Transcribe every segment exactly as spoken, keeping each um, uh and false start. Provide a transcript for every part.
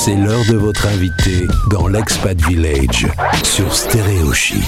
C'est l'heure de votre invité dans l'Expat Village sur Stéréo Chic.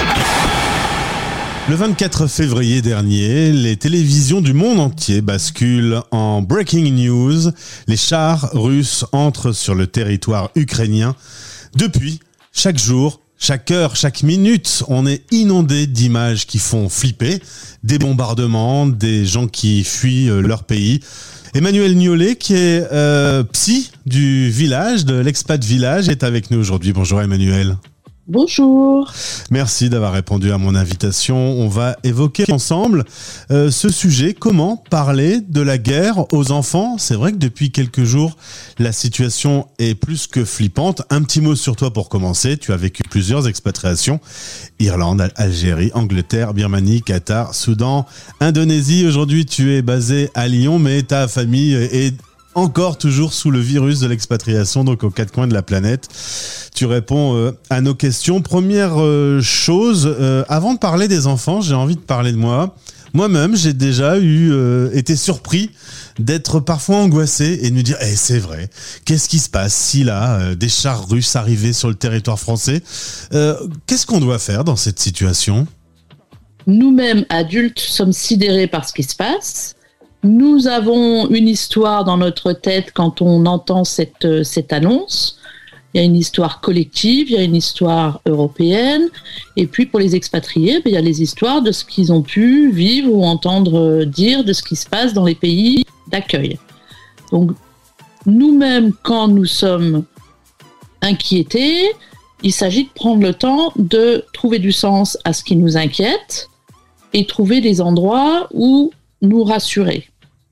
Le vingt-quatre février dernier, les télévisions du monde entier basculent en breaking news. Les chars russes entrent sur le territoire ukrainien. Depuis, chaque jour, chaque heure, chaque minute, on est inondé d'images qui font flipper. Des bombardements, des gens qui fuient leur pays. Emmanuel Niollet, qui est euh, psy du village, de l'Expat Village, est avec nous aujourd'hui. Bonjour Emmanuel. Bonjour. Merci d'avoir répondu à mon invitation. On va évoquer ensemble euh, ce sujet, comment parler de la guerre aux enfants. C'est vrai que depuis quelques jours, la situation est plus que flippante. Un petit mot sur toi pour commencer. Tu as vécu plusieurs expatriations. Irlande, Algérie, Angleterre, Birmanie, Qatar, Soudan, Indonésie. Aujourd'hui, tu es basé à Lyon, mais ta famille est encore toujours sous le virus de l'expatriation, donc aux quatre coins de la planète. Tu réponds euh, à nos questions. Première euh, chose, euh, avant de parler des enfants, j'ai envie de parler de moi. Moi-même, j'ai déjà eu euh, été surpris d'être parfois angoissé et de me dire eh, « c'est vrai, qu'est-ce qui se passe si là, euh, des chars russes arrivaient sur le territoire français euh, ?» Qu'est-ce qu'on doit faire dans cette situation ? Nous-mêmes, adultes, sommes sidérés par ce qui se passe. Nous avons une histoire dans notre tête quand on entend cette, cette annonce. Il y a une histoire collective, il y a une histoire européenne. Et puis pour les expatriés, il y a les histoires de ce qu'ils ont pu vivre ou entendre dire de ce qui se passe dans les pays d'accueil. Donc nous-mêmes, quand nous sommes inquiétés, il s'agit de prendre le temps de trouver du sens à ce qui nous inquiète et trouver des endroits où nous rassurer.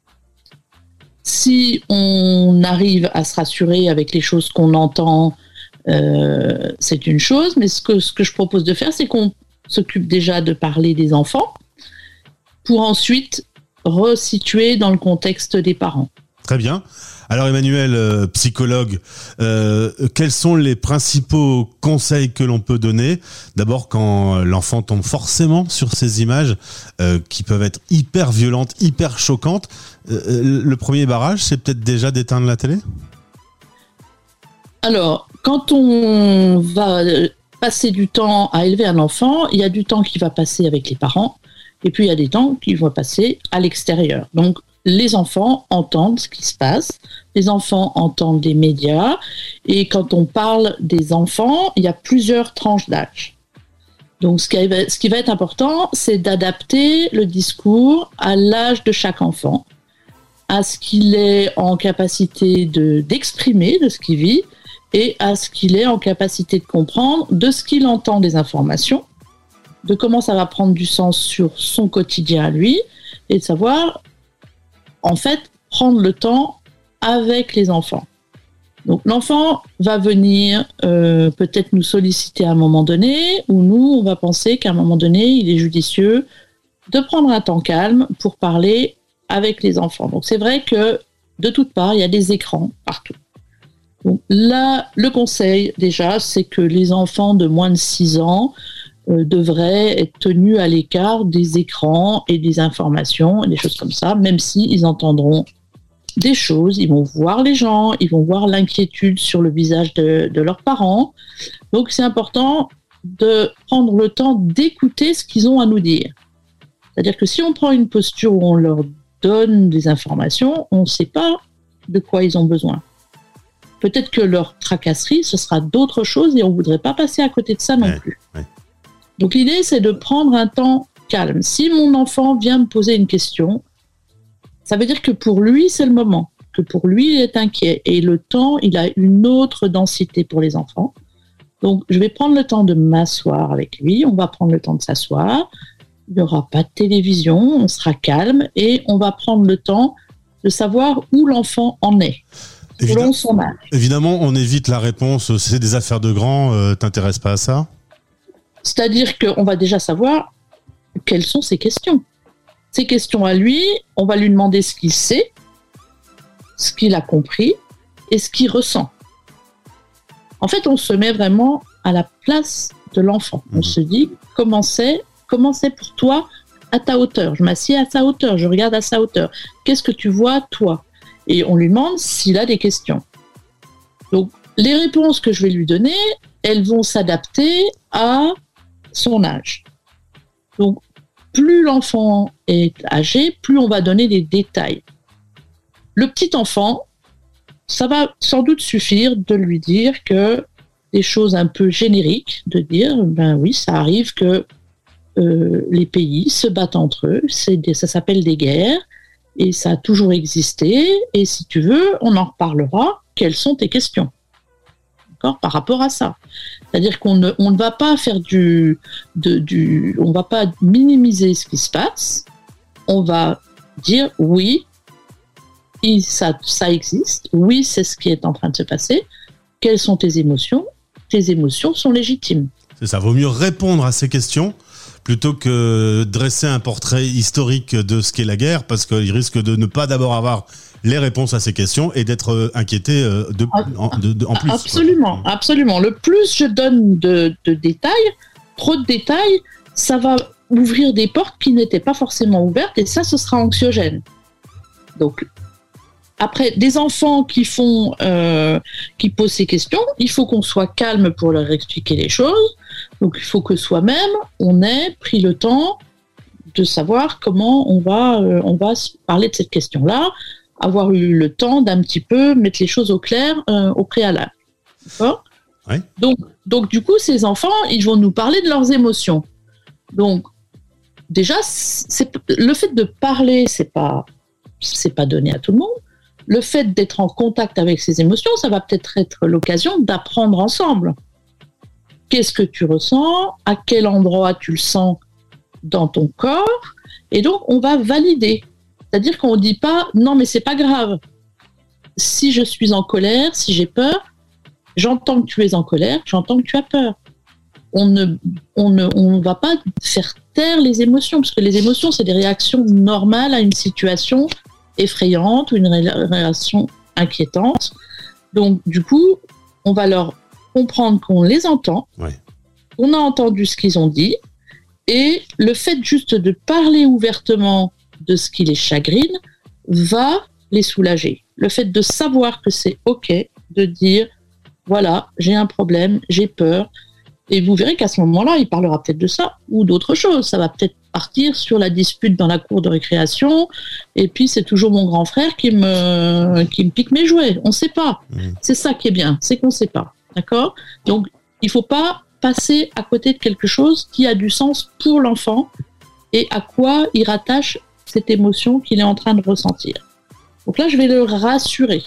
Si on arrive à se rassurer avec les choses qu'on entend, euh, c'est une chose, mais ce que, ce que je propose de faire, c'est qu'on s'occupe déjà de parler des enfants pour ensuite resituer dans le contexte des parents. Très bien. Alors Emmanuel, euh, psychologue, euh, quels sont les principaux conseils que l'on peut donner ? D'abord, quand l'enfant tombe forcément sur ces images euh, qui peuvent être hyper violentes, hyper choquantes, euh, le premier barrage, c'est peut-être déjà d'éteindre la télé ? Alors, quand on va passer du temps à élever un enfant, il y a du temps qui va passer avec les parents, et puis il y a des temps qui vont passer à l'extérieur. Donc, les enfants entendent ce qui se passe, les enfants entendent les médias, et quand on parle des enfants, il y a plusieurs tranches d'âge. Donc ce qui va, ce qui va être important, c'est d'adapter le discours à l'âge de chaque enfant, à ce qu'il est en capacité de, d'exprimer de ce qu'il vit, et à ce qu'il est en capacité de comprendre de ce qu'il entend des informations, de comment ça va prendre du sens sur son quotidien à lui, et de savoir en fait, prendre le temps avec les enfants. Donc, l'enfant va venir euh, peut-être nous solliciter à un moment donné, ou nous, on va penser qu'à un moment donné, il est judicieux de prendre un temps calme pour parler avec les enfants. Donc, c'est vrai que de toutes parts, il y a des écrans partout. Donc, là, le conseil, déjà, c'est que les enfants de moins de six ans Euh, devraient être tenus à l'écart des écrans et des informations et des choses comme ça, même s'ils entendront des choses, ils vont voir les gens, ils vont voir l'inquiétude sur le visage de, de leurs parents. Donc c'est important de prendre le temps d'écouter ce qu'ils ont à nous dire. C'est-à-dire que si on prend une posture où on leur donne des informations, on ne sait pas de quoi ils ont besoin. Peut-être que leur tracasserie, ce sera d'autres choses et on ne voudrait pas passer à côté de ça non ouais, plus. Ouais. Donc l'idée, c'est de prendre un temps calme. Si mon enfant vient me poser une question, ça veut dire que pour lui, c'est le moment, que pour lui, il est inquiet. Et le temps, il a une autre densité pour les enfants. Donc, je vais prendre le temps de m'asseoir avec lui. On va prendre le temps de s'asseoir. Il n'y aura pas de télévision. On sera calme et on va prendre le temps de savoir où l'enfant en est. Selon son âge. Évidemment, on évite la réponse, c'est des affaires de grands, euh, t'intéresses pas à ça ? C'est-à-dire qu'on va déjà savoir quelles sont ses questions. Ses questions à lui, on va lui demander ce qu'il sait, ce qu'il a compris et ce qu'il ressent. En fait, on se met vraiment à la place de l'enfant. On mmh. se dit, comment c'est, comment c'est pour toi à ta hauteur ? Je m'assieds à sa hauteur, je regarde à sa hauteur. Qu'est-ce que tu vois, toi ? Et on lui demande s'il a des questions. Donc, les réponses que je vais lui donner, elles vont s'adapter à son âge. Donc, plus l'enfant est âgé, plus on va donner des détails. Le petit enfant, ça va sans doute suffire de lui dire que des choses un peu génériques, de dire, ben oui, ça arrive que euh, les pays se battent entre eux, c'est des, ça s'appelle des guerres, et ça a toujours existé, et si tu veux, on en reparlera. Quelles sont tes questions ? D'accord ? Par rapport à ça. C'est-à-dire qu'on ne, on ne va pas faire du, de, du... On ne va pas minimiser ce qui se passe, on va dire oui, et ça, ça existe, oui, c'est ce qui est en train de se passer, quelles sont tes émotions ? Tes émotions sont légitimes. C'est ça, vaut mieux répondre à ces questions plutôt que dresser un portrait historique de ce qu'est la guerre, parce qu'il risque de ne pas d'abord avoir les réponses à ces questions et d'être inquiété de, en, de, de, en plus. Absolument, quoi. absolument. Le plus je donne de, de détails, trop de détails, ça va ouvrir des portes qui n'étaient pas forcément ouvertes, et ça, ce sera anxiogène. Donc, après, des enfants qui font, euh, qui posent ces questions, il faut qu'on soit calme pour leur expliquer les choses. Donc, il faut que soi-même, on ait pris le temps de savoir comment on va, euh, on va parler de cette question-là, avoir eu le temps d'un petit peu mettre les choses au clair euh, au préalable. D'accord ? Oui. Donc, donc, du coup, ces enfants, ils vont nous parler de leurs émotions. Donc, déjà, c'est, le fait de parler, c'est pas, c'est pas donné à tout le monde. Le fait d'être en contact avec ses émotions, ça va peut-être être l'occasion d'apprendre ensemble. Qu'est-ce que tu ressens ? À quel endroit tu le sens dans ton corps ? Et donc, on va valider. C'est-à-dire qu'on ne dit pas « non, mais c'est pas grave. Si je suis en colère, si j'ai peur, j'entends que tu es en colère, j'entends que tu as peur. » On ne, on ne on va pas faire taire les émotions, parce que les émotions, c'est des réactions normales à une situation effrayante ou une relation inquiétante. Donc, du coup, on va leur comprendre qu'on les entend, ouais. qu'on a entendu ce qu'ils ont dit, et le fait juste de parler ouvertement de ce qui les chagrine va les soulager. Le fait de savoir que c'est OK de dire « voilà, j'ai un problème, j'ai peur », et vous verrez qu'à ce moment-là, il parlera peut-être de ça ou d'autre chose. Ça va peut-être partir sur la dispute dans la cour de récréation, et puis c'est toujours mon grand frère qui me, qui me pique mes jouets. On ne sait pas. Mmh. C'est ça qui est bien, c'est qu'on ne sait pas. D'accord ? Donc, il ne faut pas passer à côté de quelque chose qui a du sens pour l'enfant et à quoi il rattache cette émotion qu'il est en train de ressentir. Donc là, je vais le rassurer.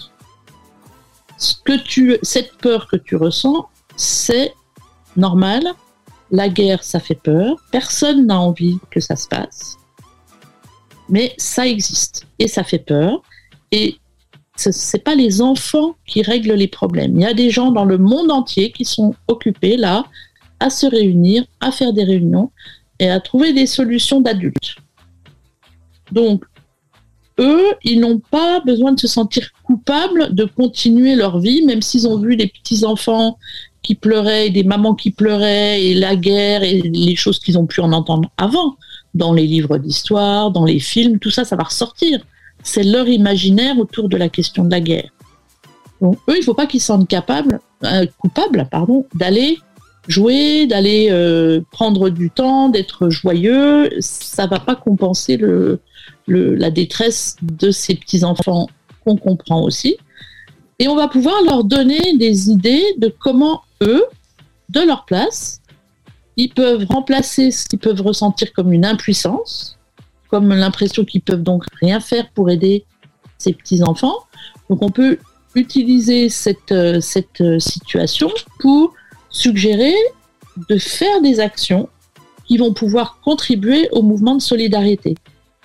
Ce que tu, cette peur que tu ressens, c'est normal. La guerre, ça fait peur. Personne n'a envie que ça se passe. Mais ça existe. Et ça fait peur. Et ce n'est pas les enfants qui règlent les problèmes. Il y a des gens dans le monde entier qui sont occupés, là, à se réunir, à faire des réunions et à trouver des solutions d'adultes. Donc, eux, ils n'ont pas besoin de se sentir coupables de continuer leur vie, même s'ils ont vu des petits-enfants qui pleuraient, des mamans qui pleuraient, et la guerre, et les choses qu'ils ont pu en entendre avant, dans les livres d'histoire, dans les films, tout ça, ça va ressortir. C'est leur imaginaire autour de la question de la guerre. Donc, eux, il ne faut pas qu'ils se sentent capables, euh, coupables pardon, d'aller jouer, d'aller euh, prendre du temps, d'être joyeux. Ça ne va pas compenser le, le, la détresse de ces petits-enfants qu'on comprend aussi. Et on va pouvoir leur donner des idées de comment eux, de leur place, ils peuvent remplacer ce qu'ils peuvent ressentir comme une impuissance, comme l'impression qu'ils peuvent donc rien faire pour aider ces petits-enfants. Donc on peut utiliser cette, cette situation pour suggérer de faire des actions qui vont pouvoir contribuer au mouvement de solidarité.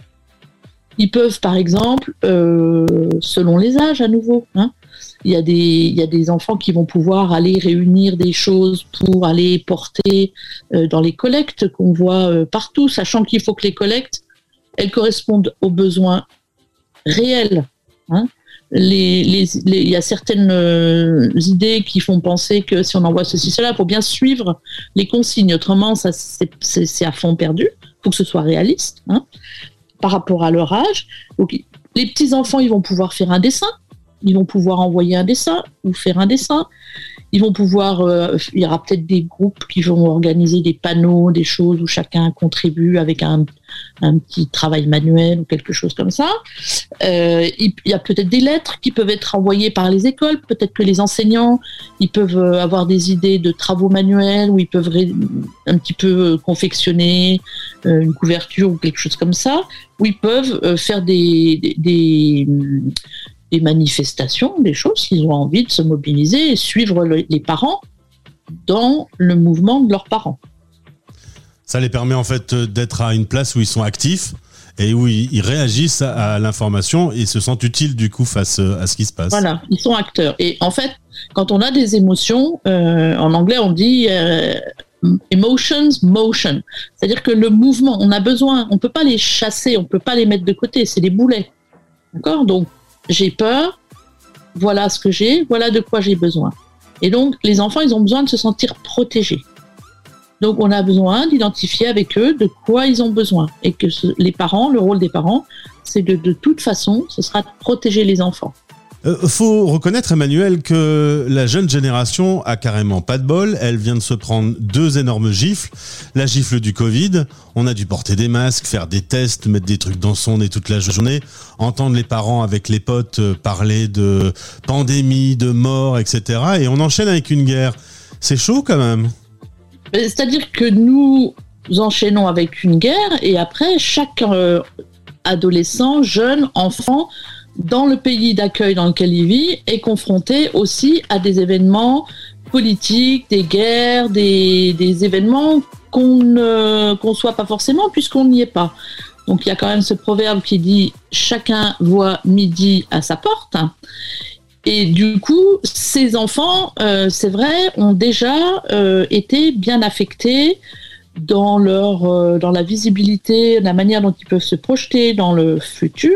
Ils peuvent, par exemple, euh, selon les âges à nouveau, hein, il y a des, il y a des enfants qui vont pouvoir aller réunir des choses pour aller porter euh, dans les collectes qu'on voit euh, partout, sachant qu'il faut que les collectes, elles correspondent aux besoins réels. Hein. Les, les, les, il y a certaines euh, idées qui font penser que si on envoie ceci, cela, il faut bien suivre les consignes. Autrement, ça, c'est, c'est, c'est à fond perdu. Il faut que ce soit réaliste, hein, par rapport à leur âge. Donc, les petits-enfants, ils vont pouvoir faire un dessin. ils vont pouvoir envoyer un dessin ou faire un dessin. Ils vont pouvoir, euh, il y aura peut-être des groupes qui vont organiser des panneaux, des choses où chacun contribue avec un, un petit travail manuel ou quelque chose comme ça. Euh, il y a peut-être des lettres qui peuvent être envoyées par les écoles. Peut-être que les enseignants, ils peuvent avoir des idées de travaux manuels où ils peuvent ré- un petit peu confectionner euh, une couverture ou quelque chose comme ça, où ils peuvent euh, faire des, des, des des manifestations, des choses qu'ils ont envie de se mobiliser et suivre le, les parents dans le mouvement de leurs parents. Ça les permet en fait d'être à une place où ils sont actifs et où ils, ils réagissent à, à l'information et se sentent utiles du coup face à ce qui se passe. Voilà, ils sont acteurs. Et en fait, quand on a des émotions, euh, en anglais on dit euh, emotions, motion. C'est-à-dire que le mouvement, on a besoin, on ne peut pas les chasser, on ne peut pas les mettre de côté, c'est des boulets. D'accord ? Donc, j'ai peur, voilà ce que j'ai, voilà de quoi j'ai besoin. Et donc, les enfants, ils ont besoin de se sentir protégés. Donc, on a besoin d'identifier avec eux de quoi ils ont besoin. Et que ce, les parents, le rôle des parents, c'est de, de toute façon, ce sera de protéger les enfants. Euh, faut reconnaître, Emmanuel, que la jeune génération a carrément pas de bol. Elle vient de se prendre deux énormes gifles. La gifle du Covid. On a dû porter des masques, faire des tests, mettre des trucs dans son nez toute la journée, entendre les parents avec les potes parler de pandémie, de mort, et cetera. Et on enchaîne avec une guerre. C'est chaud quand même. C'est-à-dire que nous enchaînons avec une guerre et après, chaque euh, adolescent, jeune, enfant, dans le pays d'accueil dans lequel il vit, est confronté aussi à des événements politiques, des guerres, des, des événements qu'on ne conçoit pas forcément puisqu'on n'y est pas. Donc il y a quand même ce proverbe qui dit « chacun voit midi à sa porte ». Et du coup, ces enfants, euh, c'est vrai, ont déjà euh, été bien affectés dans, leur, euh, dans la visibilité, la manière dont ils peuvent se projeter dans le futur.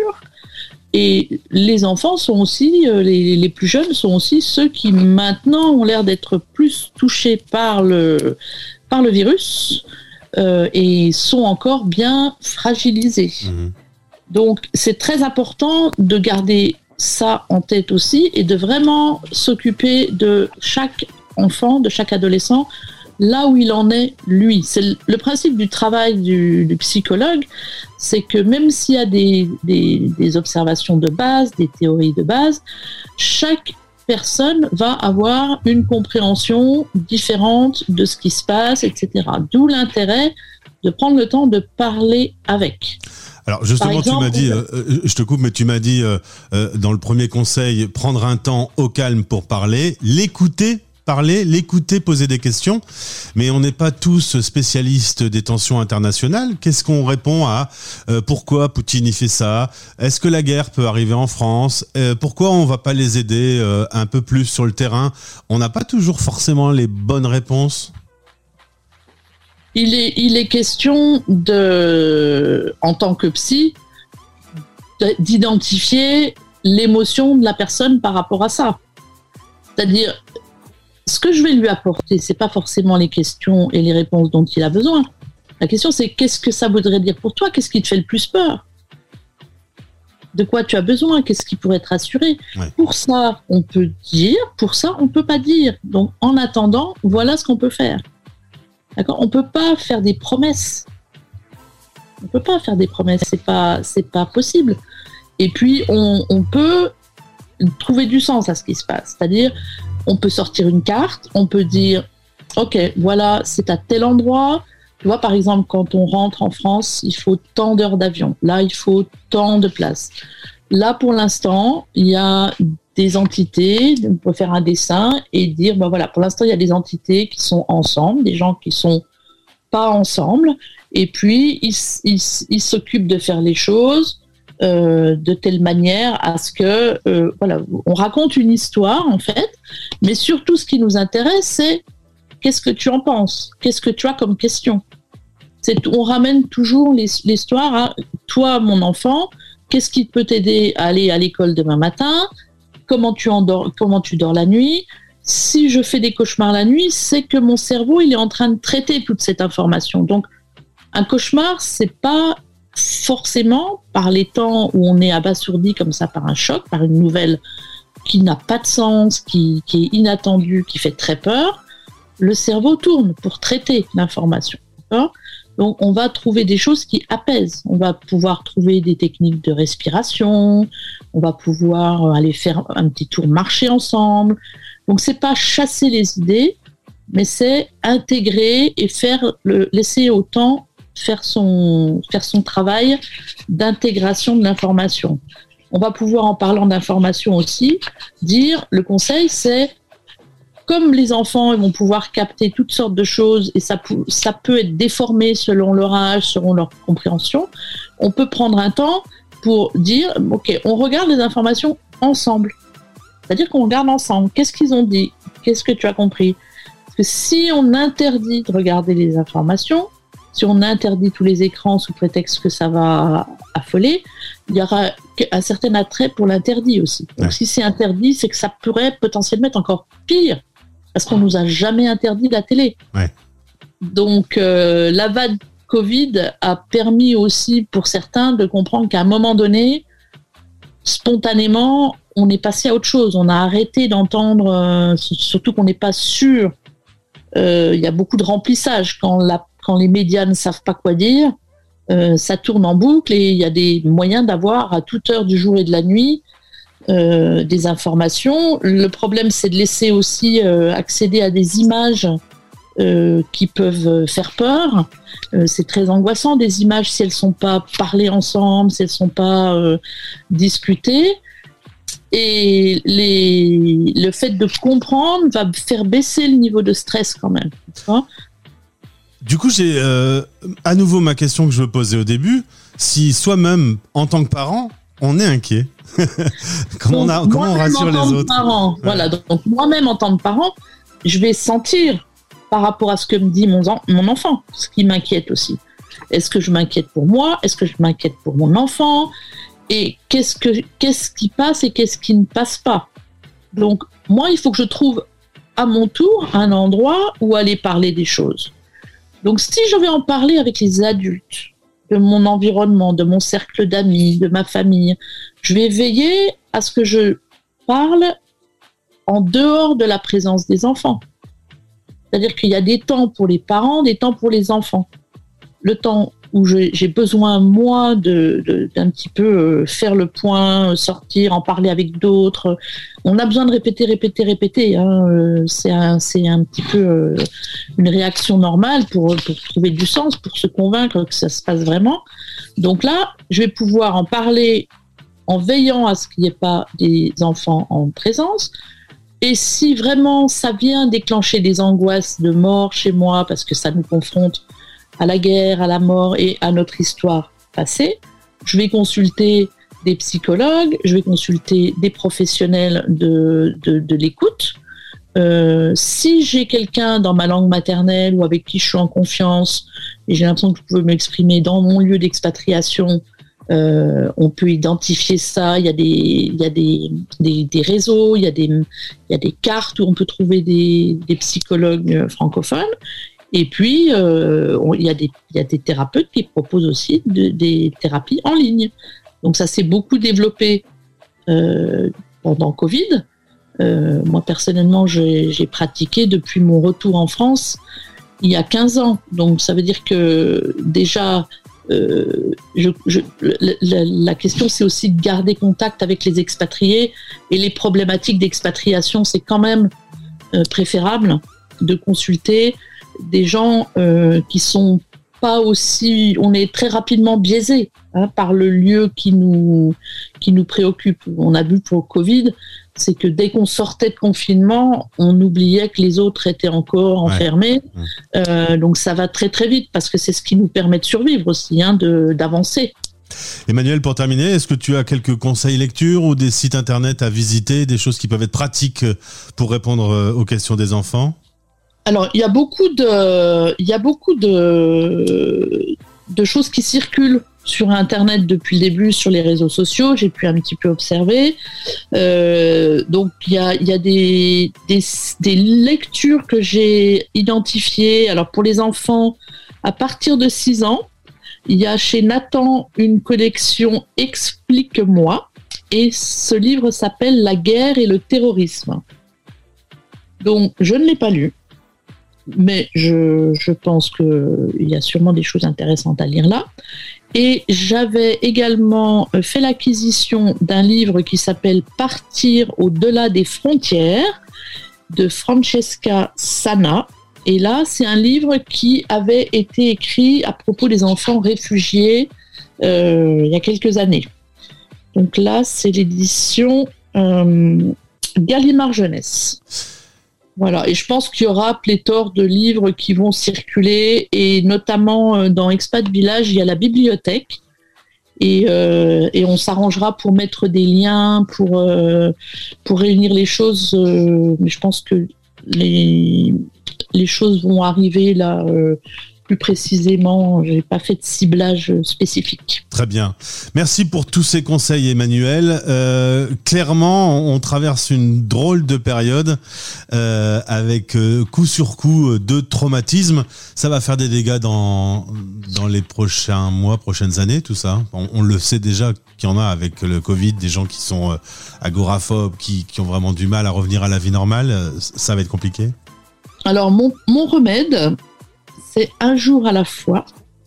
Et les enfants sont aussi, euh, les, les plus jeunes sont aussi ceux qui maintenant ont l'air d'être plus touchés par le, par le virus euh, et sont encore bien fragilisés. Mmh. Donc c'est très important de garder ça en tête aussi et de vraiment s'occuper de chaque enfant, de chaque adolescent, là où il en est lui. C'est le principe du travail du, du psychologue, c'est que même s'il y a des, des, des observations de base, des théories de base, chaque personne va avoir une compréhension différente de ce qui se passe, et cetera. D'où l'intérêt de prendre le temps de parler avec. Alors justement, exemple, tu m'as dit, euh, je te coupe, mais tu m'as dit euh, euh, dans le premier conseil, prendre un temps au calme pour parler, l'écouter, parler, l'écouter, poser des questions. Mais on n'est pas tous spécialistes des tensions internationales. Qu'est-ce qu'on répond à euh, pourquoi Poutine y fait ça? Est-ce que la guerre peut arriver en France? euh, Pourquoi on va pas les aider euh, un peu plus sur le terrain? On n'a pas toujours forcément les bonnes réponses. Il est, il est question de, en tant que psy, d'identifier l'émotion de la personne par rapport à ça. C'est-à-dire, ce que je vais lui apporter, c'est pas forcément les questions et les réponses dont il a besoin. La question, c'est qu'est-ce que ça voudrait dire pour toi? Qu'est-ce qui te fait le plus peur? De quoi tu as besoin? Qu'est-ce qui pourrait te rassurer? Ouais. Pour ça, on peut dire, pour ça, on peut pas dire. Donc, en attendant, voilà ce qu'on peut faire. D'accord, on peut pas faire des promesses. On peut pas faire des promesses, c'est pas, c'est pas possible. Et puis on, on peut trouver du sens à ce qui se passe. C'est-à-dire, on peut sortir une carte, on peut dire, ok, voilà, c'est à tel endroit. Tu vois, par exemple, quand on rentre en France, il faut tant d'heures d'avion. Là, il faut tant de places. Là, pour l'instant, il y a des entités, on peut faire un dessin et dire, ben voilà, pour l'instant, il y a des entités qui sont ensemble, des gens qui sont pas ensemble, et puis ils, ils, ils s'occupent de faire les choses euh, de telle manière à ce que, euh, voilà, on raconte une histoire, en fait, mais surtout, ce qui nous intéresse, c'est qu'est-ce que tu en penses? Qu'est-ce que tu as comme question? C'est, on ramène toujours les, l'histoire à toi, mon enfant, qu'est-ce qui peut t'aider à aller à l'école demain matin? Comment tu endors, comment tu dors la nuit? Si je fais des cauchemars la nuit, c'est que mon cerveau, il est en train de traiter toute cette information. Donc, un cauchemar, c'est pas forcément par les temps où on est abasourdi comme ça par un choc, par une nouvelle qui n'a pas de sens, qui, qui est inattendu, qui fait très peur, le cerveau tourne pour traiter l'information. D'accord ? Donc, on va trouver des choses qui apaisent. On va pouvoir trouver des techniques de respiration. On va pouvoir aller faire un petit tour marcher ensemble. Donc, c'est pas chasser les idées, mais c'est intégrer et faire le, laisser au temps faire son, faire son travail d'intégration de l'information. On va pouvoir, en parlant d'information aussi, dire, le conseil, c'est comme les enfants ils vont pouvoir capter toutes sortes de choses et ça, ça peut être déformé selon leur âge, selon leur compréhension, on peut prendre un temps pour dire, ok, on regarde les informations ensemble. C'est-à-dire qu'on regarde ensemble. Qu'est-ce qu'ils ont dit ? Qu'est-ce que tu as compris ? Parce que si on interdit de regarder les informations, si on interdit tous les écrans sous prétexte que ça va affoler, il y aura un certain attrait pour l'interdit aussi. Donc, ouais. Si c'est interdit, c'est que ça pourrait potentiellement être encore pire, parce qu'on nous a jamais interdit la télé. Ouais. Donc, euh, la vague Covid a permis aussi pour certains de comprendre qu'à un moment donné, spontanément, on est passé à autre chose. On a arrêté d'entendre, euh, surtout qu'on n'est pas sûr. Euh, il y a beaucoup de remplissage quand, la, quand les médias ne savent pas quoi dire. Euh, ça tourne en boucle et il y a des moyens d'avoir à toute heure du jour et de la nuit euh, des informations. Le problème, c'est de laisser aussi euh, accéder à des images euh, qui peuvent faire peur. Euh, c'est très angoissant, des images, si elles ne sont pas parlées ensemble, si elles ne sont pas euh, discutées. Et les, le fait de comprendre va faire baisser le niveau de stress quand même. Tu vois ? Du coup, j'ai euh, à nouveau ma question que je posais au début. Si soi-même, en tant que parent, on est inquiet, comment, donc, on, a, comment on rassure les autres parent, ouais. Voilà, donc, donc moi-même en tant que parent, je vais sentir par rapport à ce que me dit mon, mon enfant, ce qui m'inquiète aussi. Est-ce que je m'inquiète pour moi ? Est-ce que je m'inquiète pour mon enfant ? Et qu'est-ce, que, qu'est-ce qui passe et qu'est-ce qui ne passe pas ? Donc, moi, il faut que je trouve à mon tour un endroit où aller parler des choses. Donc, si je vais en parler avec les adultes, de mon environnement, de mon cercle d'amis, de ma famille, je vais veiller à ce que je parle en dehors de la présence des enfants. C'est-à-dire qu'il y a des temps pour les parents, des temps pour les enfants. Le temps où je, j'ai besoin, moi, de, de, d'un petit peu faire le point, sortir, en parler avec d'autres. On a besoin de répéter, répéter, répéter. Hein. C'est, un, c'est un petit peu une réaction normale pour, pour trouver du sens, pour se convaincre que ça se passe vraiment. Donc là, je vais pouvoir en parler en veillant à ce qu'il n'y ait pas des enfants en présence. Et si vraiment ça vient déclencher des angoisses de mort chez moi, parce que ça nous confronte à la guerre, à la mort et à notre histoire passée, je vais consulter des psychologues, je vais consulter des professionnels de, de, de l'écoute. Euh, si j'ai quelqu'un dans ma langue maternelle ou avec qui je suis en confiance et j'ai l'impression que je peux m'exprimer dans mon lieu d'expatriation, euh, on peut identifier ça. Il y a des, il y a des, des, des réseaux, il y a des, il y a des cartes où on peut trouver des, des psychologues francophones. Et puis, euh, on, il y a des, il y a des thérapeutes qui proposent aussi de, des thérapies en ligne. Donc ça s'est beaucoup développé euh, pendant Covid. Euh, moi, personnellement, j'ai, j'ai pratiqué depuis mon retour en France il y a quinze ans. Donc ça veut dire que déjà, euh, je, je, la, la question, c'est aussi de garder contact avec les expatriés. Et les problématiques d'expatriation, c'est quand même euh, préférable de consulter des gens euh, qui sont pas aussi, on est très rapidement biaisé hein, par le lieu qui nous qui nous préoccupe. On a vu pour Covid, c'est que dès qu'on sortait de confinement, on oubliait que les autres étaient encore enfermés. Ouais. Euh, donc ça va très très vite parce que c'est ce qui nous permet de survivre aussi, hein, de d'avancer. Emmanuelle, pour terminer, est-ce que tu as quelques conseils lecture ou des sites internet à visiter, des choses qui peuvent être pratiques pour répondre aux questions des enfants ? Alors, il y a beaucoup de, il y a beaucoup de, de choses qui circulent sur Internet depuis le début, sur les réseaux sociaux. J'ai pu un petit peu observer. Euh, donc, il y a, il y a des, des, des lectures que j'ai identifiées. Alors, pour les enfants, à partir de six ans, il y a chez Nathan une collection Explique-moi, et ce livre s'appelle La guerre et le terrorisme. Donc, je ne l'ai pas lu, mais je, je pense qu'il y a sûrement des choses intéressantes à lire là. Et j'avais également fait l'acquisition d'un livre qui s'appelle Partir au-delà des frontières de Francesca Sanna. Et là, c'est un livre qui avait été écrit à propos des enfants réfugiés euh, il y a quelques années. Donc là, c'est l'édition euh, Gallimard Jeunesse. Voilà, et je pense qu'il y aura pléthore de livres qui vont circuler, et notamment dans Expat Village, il y a la bibliothèque, et, euh, et on s'arrangera pour mettre des liens, pour, euh, pour réunir les choses, euh, mais je pense que les, les choses vont arriver là euh, plus précisément. Je n'ai pas fait de ciblage spécifique. Très bien. Merci pour tous ces conseils, Emmanuel. Euh, clairement, on traverse une drôle de période euh, avec euh, coup sur coup deux traumatismes. Ça va faire des dégâts dans, dans les prochains mois, prochaines années, tout ça. On, on le sait déjà qu'il y en a avec le Covid, des gens qui sont euh, agoraphobes, qui, qui ont vraiment du mal à revenir à la vie normale. Ça va être compliqué. Alors, mon, mon remède, c'est un jour à la fois.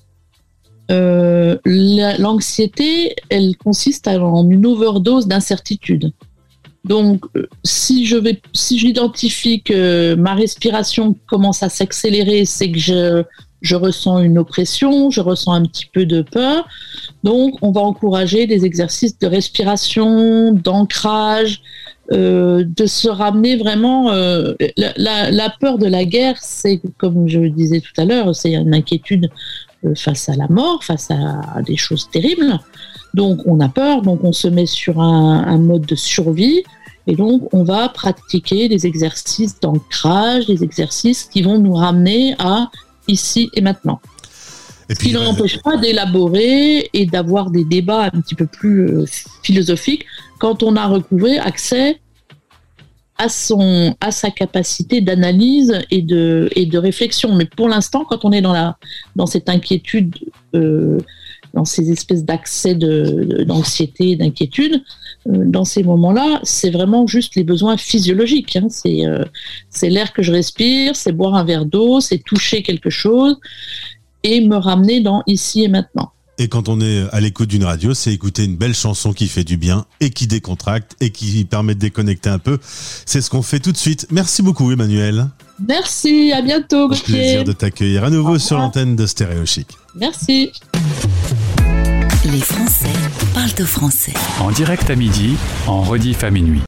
Euh, la, l'anxiété, elle consiste en une overdose d'incertitude. Donc, si je vais, si j'identifie que ma respiration commence à s'accélérer, c'est que je, je ressens une oppression, je ressens un petit peu de peur. Donc, on va encourager des exercices de respiration, d'ancrage, Euh, de se ramener vraiment. Euh, la, la, la peur de la guerre, c'est, comme je le disais tout à l'heure, c'est une inquiétude euh, face à la mort, face à, à des choses terribles. Donc on a peur, donc on se met sur un, un mode de survie, et donc on va pratiquer des exercices d'ancrage, des exercices qui vont nous ramener à ici et maintenant. Et puis, ce qui n'empêche pas d'élaborer et d'avoir des débats un petit peu plus euh, philosophiques quand on a recouvré accès à, son, à sa capacité d'analyse et de, et de réflexion. Mais pour l'instant, quand on est dans, la, dans cette inquiétude, euh, dans ces espèces d'accès de, d'anxiété, d'inquiétude, euh, dans ces moments-là, c'est vraiment juste les besoins physiologiques. Hein. C'est, euh, c'est l'air que je respire, c'est boire un verre d'eau, c'est toucher quelque chose, et me ramener dans ici et maintenant. Et quand on est à l'écoute d'une radio, c'est écouter une belle chanson qui fait du bien et qui décontracte et qui permet de déconnecter un peu. C'est ce qu'on fait tout de suite. Merci beaucoup, Emmanuel. Merci, à bientôt, Gauthier. Plaisir de t'accueillir à nouveau sur l'antenne de Stéréo Chic. Merci. Les Français parlent au français. En direct à midi, en rediff à minuit.